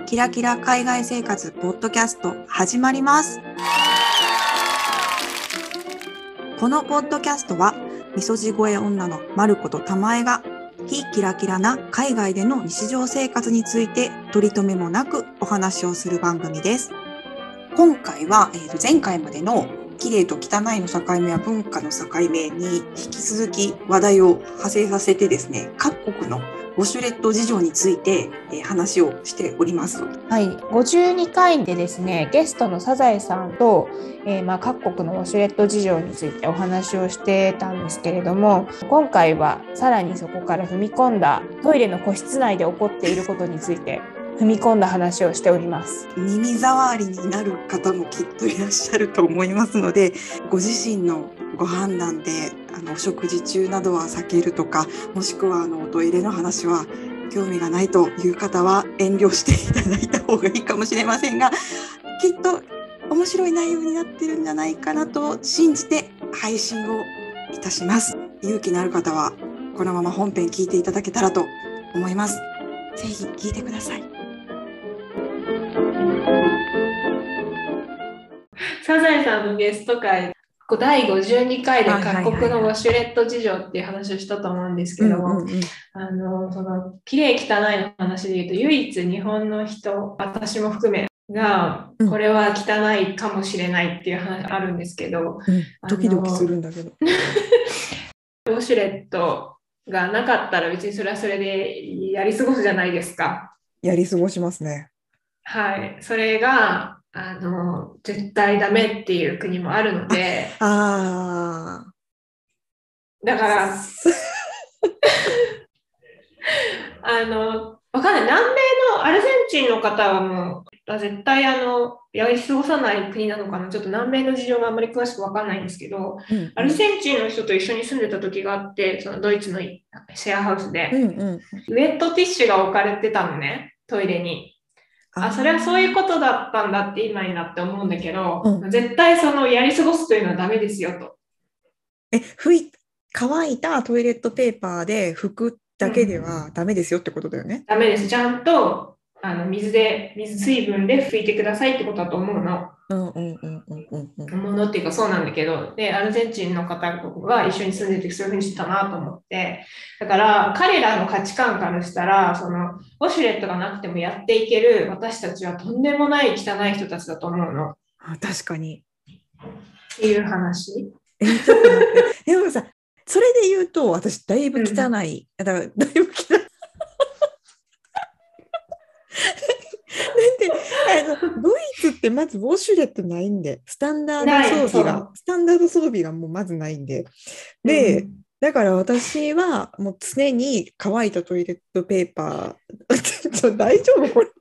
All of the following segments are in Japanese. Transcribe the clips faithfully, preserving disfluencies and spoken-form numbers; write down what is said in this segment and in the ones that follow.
キラキラ海外生活ポッドキャスト始まります。このポッドキャストはみそじ声女のまることたまえが非キラキラな海外での日常生活について取り留めもなくお話をする番組です。今回は、えー、と前回までの綺麗と汚いの境目は文化の境目に引き続き話題を派生させてですね、各国のウォシュレット事情について、えー、話をしております。 はい、ごじゅうにかいでですね、ゲストのサザエさんと、えーまあ、各国のウォシュレット事情についてお話をしてたんですけれども、今回はさらにそこから踏み込んだトイレの個室内で起こっていることについて踏み込んだ話をしております。 耳障りになる方もきっといらっしゃると思いますので、ご自身のご判断であのお食事中などは避けるとか、もしくはあのトイレの話は興味がないという方は遠慮していただいた方がいいかもしれませんが、きっと面白い内容になってるんじゃないかなと信じて配信をいたします。勇気のある方はこのまま本編聞いていただけたらと思います。ぜひ聞いてください。 サザエさんのゲスト会だいごじゅうにかいで各国のウォシュレット事情っていう話をしたと思うんですけども、あのその綺麗汚いの話で言うと、唯一日本の人、私も含めがこれは汚いかもしれないっていう話あるんですけど、 うん、ドキドキするんだけどウォシュレットがなかったら別にそれはそれでやり過ごすじゃないですか。 やり過ごしますね。 はい、それがあの絶対ダメっていう国もあるので、 ああ、 だからあのわかんない、南米のアルゼンチンの方はもう絶対あのやり過ごさない国なのかな、ちょっと南米の事情があんまり詳しくわかんないんですけど、うんうん、アルゼンチンの人と一緒に住んでた時があって、そのドイツのシェアハウスで、うんうん、ウェットティッシュが置かれてたのね、トイレに。あ、それはそういうことだったんだって今になって思うんだけど、うん、絶対そのやり過ごすというのはダメですよと。 え、拭い乾いたトイレットペーパーで拭くだけではダメですよってことだよね。うん、 ダメです。ちゃんとあの水で水水分で拭いてくださいってことだと思うの。うんうんうんうんうん。思うのっていうかそうなんだけど、でアルゼンチンの方が一緒に住んでてそういうふうにしてたなと思って、だから彼らの価値観からしたら、そのウォシュレットがなくてもやっていける私たちはとんでもない汚い人たちだと思うの。 あ、確かに。 っていう話。 え、ちょっと待って。でもさ、それで言うと私だいぶ汚い。うん、だからだいぶ汚い。なんてあのドイツってまずウォシュレットないんで、スタンダード装備がスタンダード装備がもうまずないんで、で、うん、だから私はもう常に乾いたトイレットペーパー大丈夫これ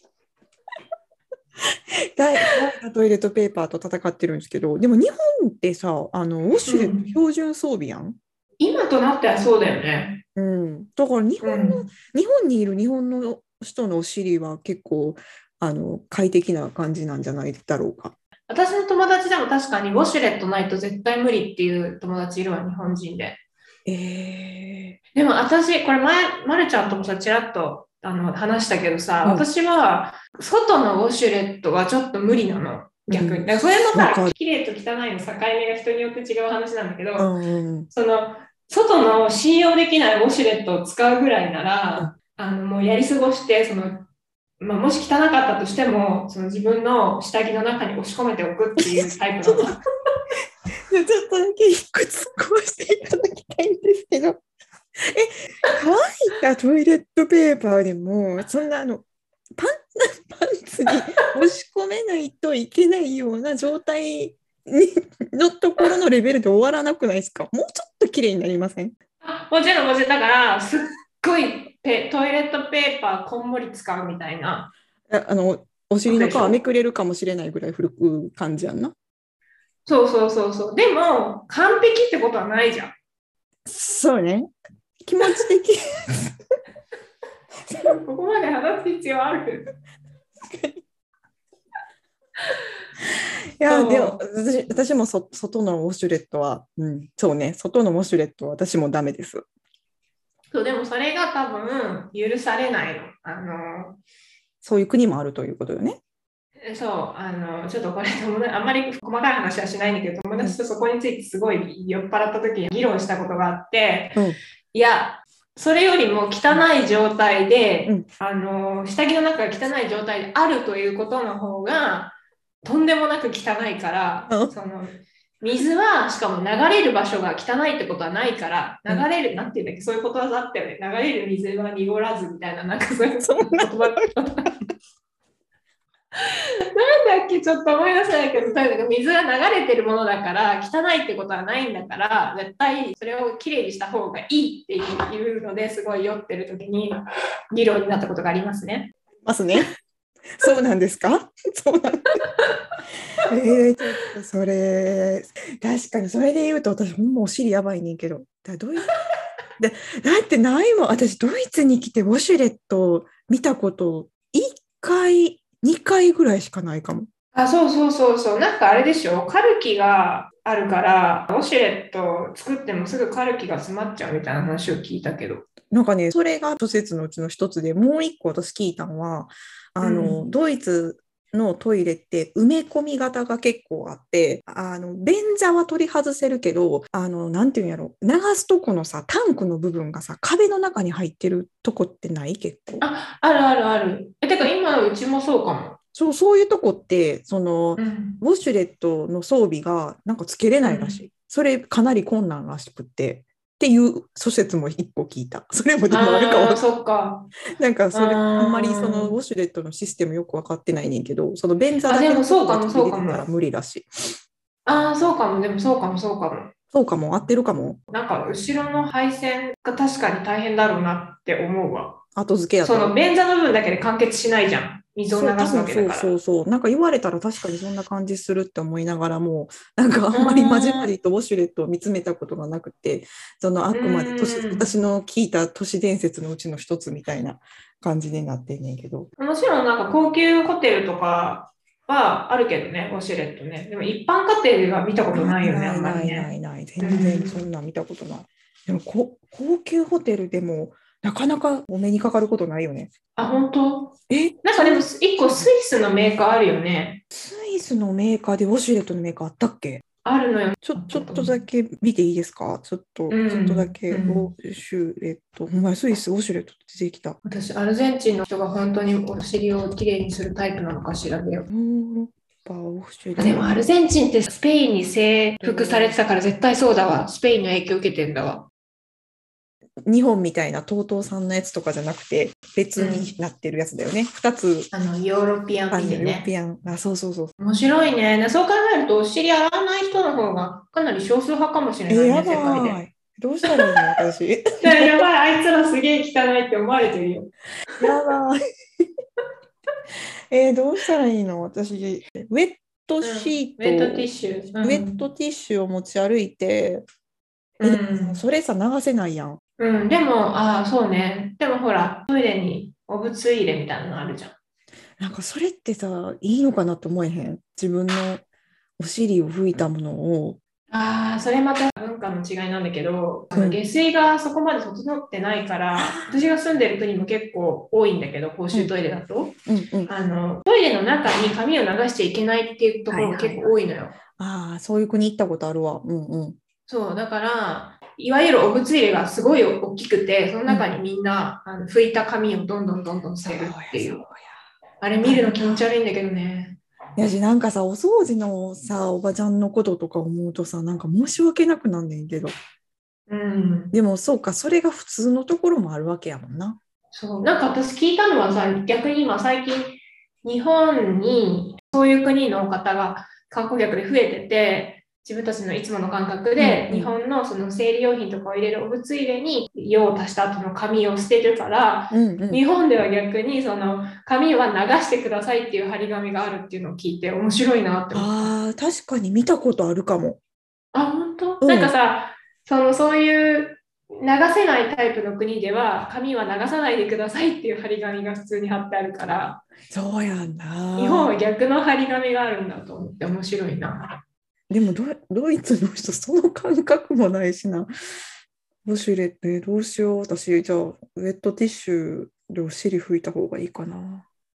乾いたトイレットペーパーと戦ってるんですけど、でも日本ってさ、あのウォシュレット標準装備やん、うん、 今となってはそうだよね。 うん、だから日本の、うん、日本にいる日本の人のお尻は結構あの快適な感じなんじゃないだろうか。 私の友達でも確かにウォシュレットないと絶対無理っていう友達いるわ、日本人で。 えー、でも私これ前まるちゃんともさちらっとあの話したけどさ、うん、私は外のウォシュレットはちょっと無理なの、逆に。だからそれもさ、綺麗と汚いの境目が人によって違う話なんだけど、うん、その外の信用できないウォシュレットを使うぐらいなら、うん、あのもうやり過ごしてそのまあ、もし汚かったとしても、その自分の下着の中に押し込めておくっていうタイプなの。ちょっとだけ一個突っ込ませていただきたいんですけど、え、乾いたトイレットペーパーでも、そんなあのパン、パンツに押し込めないといけないような状態のところのレベルで終わらなくないですか？もうちょっと綺麗になりません？ もちろん、もちろん。だから、すっごいペトイレットペーパーこんもり使うみたいな。 ああのお尻の皮めくれるかもしれないぐらい古く感じやんな。 そうそうそうそう。でも完璧ってことはないじゃん。 そうね。気持ち的。 ここまで話す必要ある？ いやでも私、私もそ外のウォシュレットは、うん、そうね、外のウォシュレットは私もダメです。 そう、でもそれが多分許されないの。あのそういう国もあるということよね。 そう、あの、ちょっとこれ、あんまり細かい話はしないんだけど、友達とそこについてすごい酔っ払った時に議論したことがあって、うん、いや、それよりも汚い状態で、うん、あの、下着の中が汚い状態であるということの方が、とんでもなく汚いから、うん、その、水は、しかも流れる場所が汚いってことはないから、流れる、うん、なんていうんだっけ、そういうことわざあったよね。流れる水は濁らずみたいな、なんかそういう言葉なんだっけ、ちょっと思い出せないけど、とにかく水が流れてるものだから、汚いってことはないんだから、絶対それをきれいにした方がいいっていうのですごい酔ってる時に議論になったことがありますね。 ますね。そうなんですか？そうなんです。えー、ちょっとそれ、確かにそれで言うと私ほんまお尻やばいねんけど。だどういうだだってないもん。私ドイツに来てウォシュレット見たこといっかいにかいぐらいしかないかも。 あ、そうそうそうそう。なんかあれでしょ、カルキがあるからウォシュレット作ってもすぐカルキが詰まっちゃうみたいな話を聞いたけど、 なんかね、それが諸説のうちの一つで、もう一個私聞いたのはあの、うん、ドイツのトイレって埋め込み型が結構あって、あの便座は取り外せるけど、あのなんていうんやろ、流すとこのさタンクの部分がさ壁の中に入ってるとこってない？結構あ, あるあるある。えてか今うちもそうかも。 そうそういうとこってその、うん、ウォシュレットの装備がなんかつけれないらしい、うん、それかなり困難らしくってっていう諸説も一個聞いた。それもでもあるかも。 あ、そっか。 なんかそれあんまりそのウォシュレットのシステムよく分かってないねんけど、その便座だけのとこが飛び出てたら無理らしい。 ああ、そうかも。でもそうかもそうかも。 そうかも、合ってるかも。 なんか後ろの配線が確かに大変だろうなって思うわ。 後付けやと。 その便座の部分だけで完結しないじゃん。水を流すわけだから。 そうそうそう。なんか言われたら確かにそんな感じするって思いながらも、なんかあんまりまじまじとウォシュレットを見つめたことがなくて、そのあくまで都市私の聞いた都市伝説のうちの一つみたいな感じになってんねんけど。 もちろんなんか高級ホテルとかはあるけどね、ウォシュレットね。でも一般家庭では見たことないよね、あんまりね。 ないないない、全然そんな見たことない。でもこ高級ホテルでもなかなかお目にかかることないよね。 あ、本当？え、なんかでも一個スイスのメーカーあるよね。 スイスのメーカーでウォシュレットのメーカーあったっけ？ あるのよ。 ちょ、ちょっとだけ見ていいですか？ちょっと、うん、ちょっとだけウォシュレット。お前、スイスウォシュレット出てきた。 私、アルゼンチンの人が本当にお尻をきれいにするタイプなのか調べよう。でもアルゼンチンってスペインに征服されてたから絶対そうだわ。スペインの影響を受けてんだわ。 日本みたいな トートー さんのやつとかじゃなくて別になってるやつだよね。うん、ふたつ。 あのヨーロピアンでね。 ヨーロピアン。あ、そうそうそう。 面白いね。そう考えるとお尻洗わない人の方がかなり少数派かもしれないね、 えー、やばい世界で。 どうしたらいいの私。 やばい、あいつらすげえ汚いって思われてるよ。 やばい。えー、どうしたらいいの私。ウェットシート、 うん、ウェットティッシュ、 うん、ウェットティッシュを持ち歩いて、うん、それさ流せないやん。 うん、でも、ああ、そうね。でもほら、トイレにお物入れみたいなのあるじゃん。 なんかそれってさ、いいのかなって思えへん？自分のお尻を拭いたものを。 ああ、それまた文化の違いなんだけど、うん、下水がそこまで整ってないから、私が住んでる国も結構多いんだけど、公衆トイレだと、うんうんうん、あのトイレの中に紙を流しちゃいけないっていうところが結構多いのよ。はいはいはい、 ああ、そういう国行ったことあるわ。うんうん。 そう、だから、いわゆるお物入れがすごい大きくて、その中にみんな、うん、あの拭いた紙をどんどんどんどん捨てるっていう。あれ見るの気持ち悪いんだけどね。 いやし、なんかさ、お掃除のさ、おばちゃんのこととか思うとさ、なんか申し訳なくなんねんけど。 うん。 でもそうか、それが普通のところもあるわけやもんな。 そう、なんか私聞いたのはさ、逆に今最近、日本にそういう国の方が観光客で増えてて、自分たちのいつもの感覚で、日本のその生理用品とかを入れるお物入れに用を足した後の紙を捨てるから、うんうん、日本では逆にその紙は流してくださいっていう張り紙があるっていうのを聞いて面白いなって思った。 ああ、確かに見たことあるかも。 あ、本当？うん、なんかさ、そのそういう流せないタイプの国では紙は流さないでくださいっていう張り紙が普通に貼ってあるから、 そうやんな。 日本は逆の張り紙があるんだと思って面白いな。 でも ド, ドイツの人その感覚もないしな。ウォシュレット、えどうしよう。私じゃあウェットティッシュでお尻拭いた方がいいかな。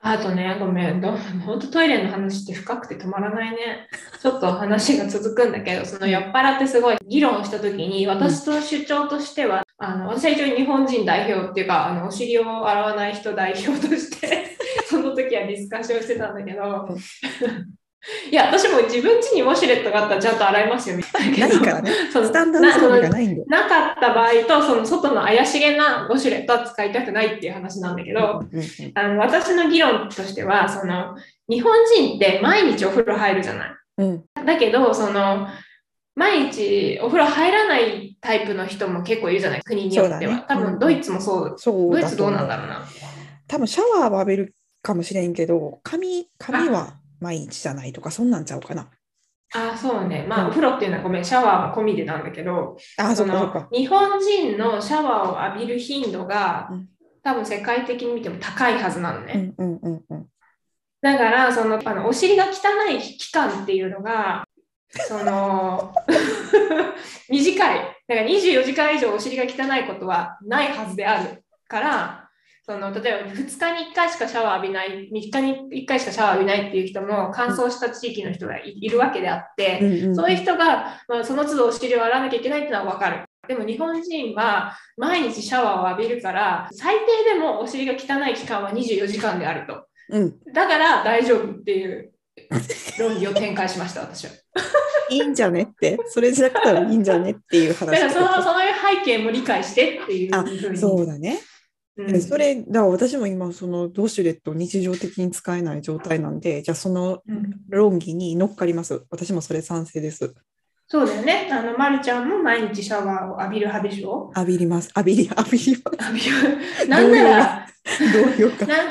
あとね、ごめん、ど本当トイレの話って深くて止まらないね。ちょっと話が続くんだけど、その酔っ払ってすごい議論をしたときに、私と主張としては、あの私は一応日本人代表っていうか、あのお尻を洗わない人代表として、その時はディスカッションしてたんだけど、いや、私も自分家にウォシュレットがあったらちゃんと洗いますよみたいな。 ないからね。スタンダード装備がないんで。 なかった場合と、その外の怪しげなウォシュレットは使いたくないっていう話なんだけど、うんうんうん、あの私の議論としては、その日本人って毎日お風呂入るじゃない。うん、だけど、その毎日お風呂入らないタイプの人も結構いるじゃない、国によっては。ね、多分ドイツもそう。そうドイツどうなんだろうな。 多分シャワーは浴びるかもしれんけど、髪、髪は毎日じゃないとか、そんなんちゃうかな。 ああ、そうね。まあ、うん、お風呂っていうのはごめん、シャワーは込みでなんだけど、 あその日本人のシャワーを浴びる頻度が、うん、多分世界的に見ても高いはずなのね。うんうんうんうん、だから、その、あのお尻が汚い期間っていうのが、その短い。だからにじゅうよじかん以上お尻が汚いことはないはずであるから、その例えばふつかにいっかいしかシャワー浴びない、みっかにいっかいしかシャワー浴びないっていう人も乾燥した地域の人が い, いるわけであって、うんうんうん、そういう人が、まあ、その都度お尻を洗わなきゃいけないっていうのは分かる。でも日本人は毎日シャワーを浴びるから、最低でもお尻が汚い期間はにじゅうよじかんであると。うん、だから大丈夫っていう論議を展開しました、私は。 いいんじゃねって、それじゃなくていいんじゃねっていう話。 だからその、そういう背景も理解してっていうふうに。 そうだね。うん、それだから私も今そのウォシュレットを日常的に使えない状態なんで、じゃあその論議に乗っかります。私もそれ賛成です。 そうだよね。あの、まるちゃんも毎日シャワーを浴びる派でしょ？ 浴びります。浴びり、浴びります。浴びる。なんなら、 どうよか。 な,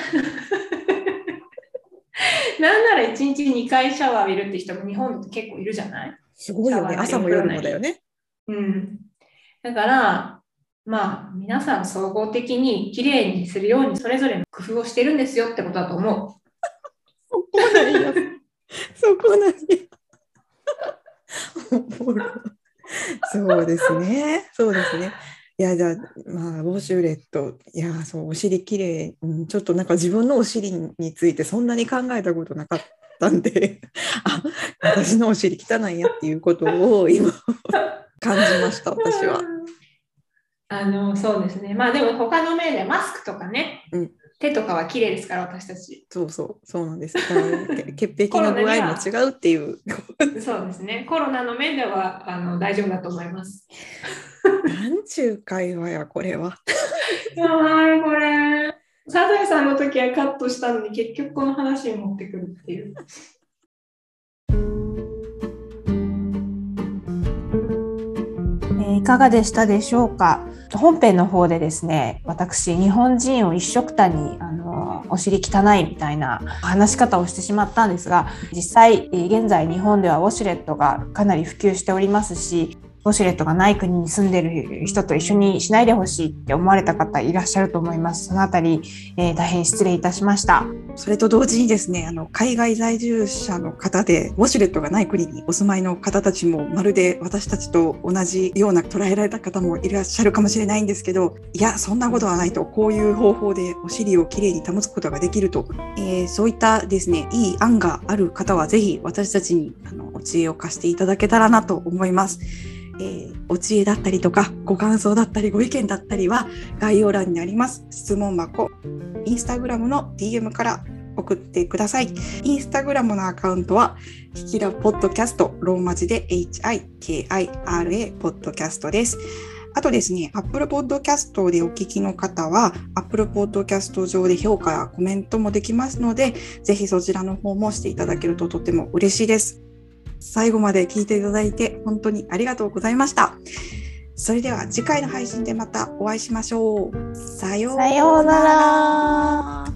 なんならいちにちにかいシャワー浴びるって人も日本って結構いるじゃない？ すごいよね。朝も夜もだよね。 うん。だから、まあ、皆さん総合的にきれいにするようにそれぞれの工夫をしてるんですよってことだと思う。 そこなんや。そこなんや。そうですね。そうですね。いや、じゃあ、まあ、ウォシュレット、いや、そう、お尻きれい、うん、ちょっとなんか自分のお尻についてそんなに考えたことなかったんで、あ、私のお尻汚いんやっていうことを今感じました、私は。 あのそうですね。まあでも他の面でマスクとかね、うん、手とかは綺麗ですから私たち。 そうそうそうなんです。潔癖の具合も違うっていう。 そうですね。コロナの面ではあの大丈夫だと思います。 なんちゅう会話やこれは。 やばいこれ。サザエさんの時はカットしたのに結局この話に持ってくるっていう。 いかがでしたでしょうか。本編の方でですね、私日本人を一緒くたにあのお尻汚いみたいな話し方をしてしまったんですが、実際現在日本ではウォシュレットがかなり普及しておりますし、ウォシュレットがない国に住んでる人と一緒にしないでほしいって思われた方いらっしゃると思います。そのあたり、えー、大変失礼いたしました。 それと同時にですね、あの海外在住者の方でウォシュレットがない国にお住まいの方たちもまるで私たちと同じような捉えられた方もいらっしゃるかもしれないんですけど、いやそんなことはないと、こういう方法でお尻をきれいに保つことができると、えー、そういったですねいい案がある方はぜひ私たちにあのお知恵を貸していただけたらなと思います。えー、お知恵だったりとかご感想だったりご意見だったりは概要欄にあります質問箱、インスタグラムの ディーエム から送ってください。インスタグラムのアカウントはひきらポッドキャスト、ローマ字で エイチアイケーアイアールエー ポッドキャストです。あとですね、Apple Podcast でお聞きの方は Apple Podcast 上で評価やコメントもできますので、ぜひそちらの方もしていただけるととても嬉しいです。最後まで聞いていただいて本当にありがとうございました。それでは次回の配信でまたお会いしましょう。さようなら。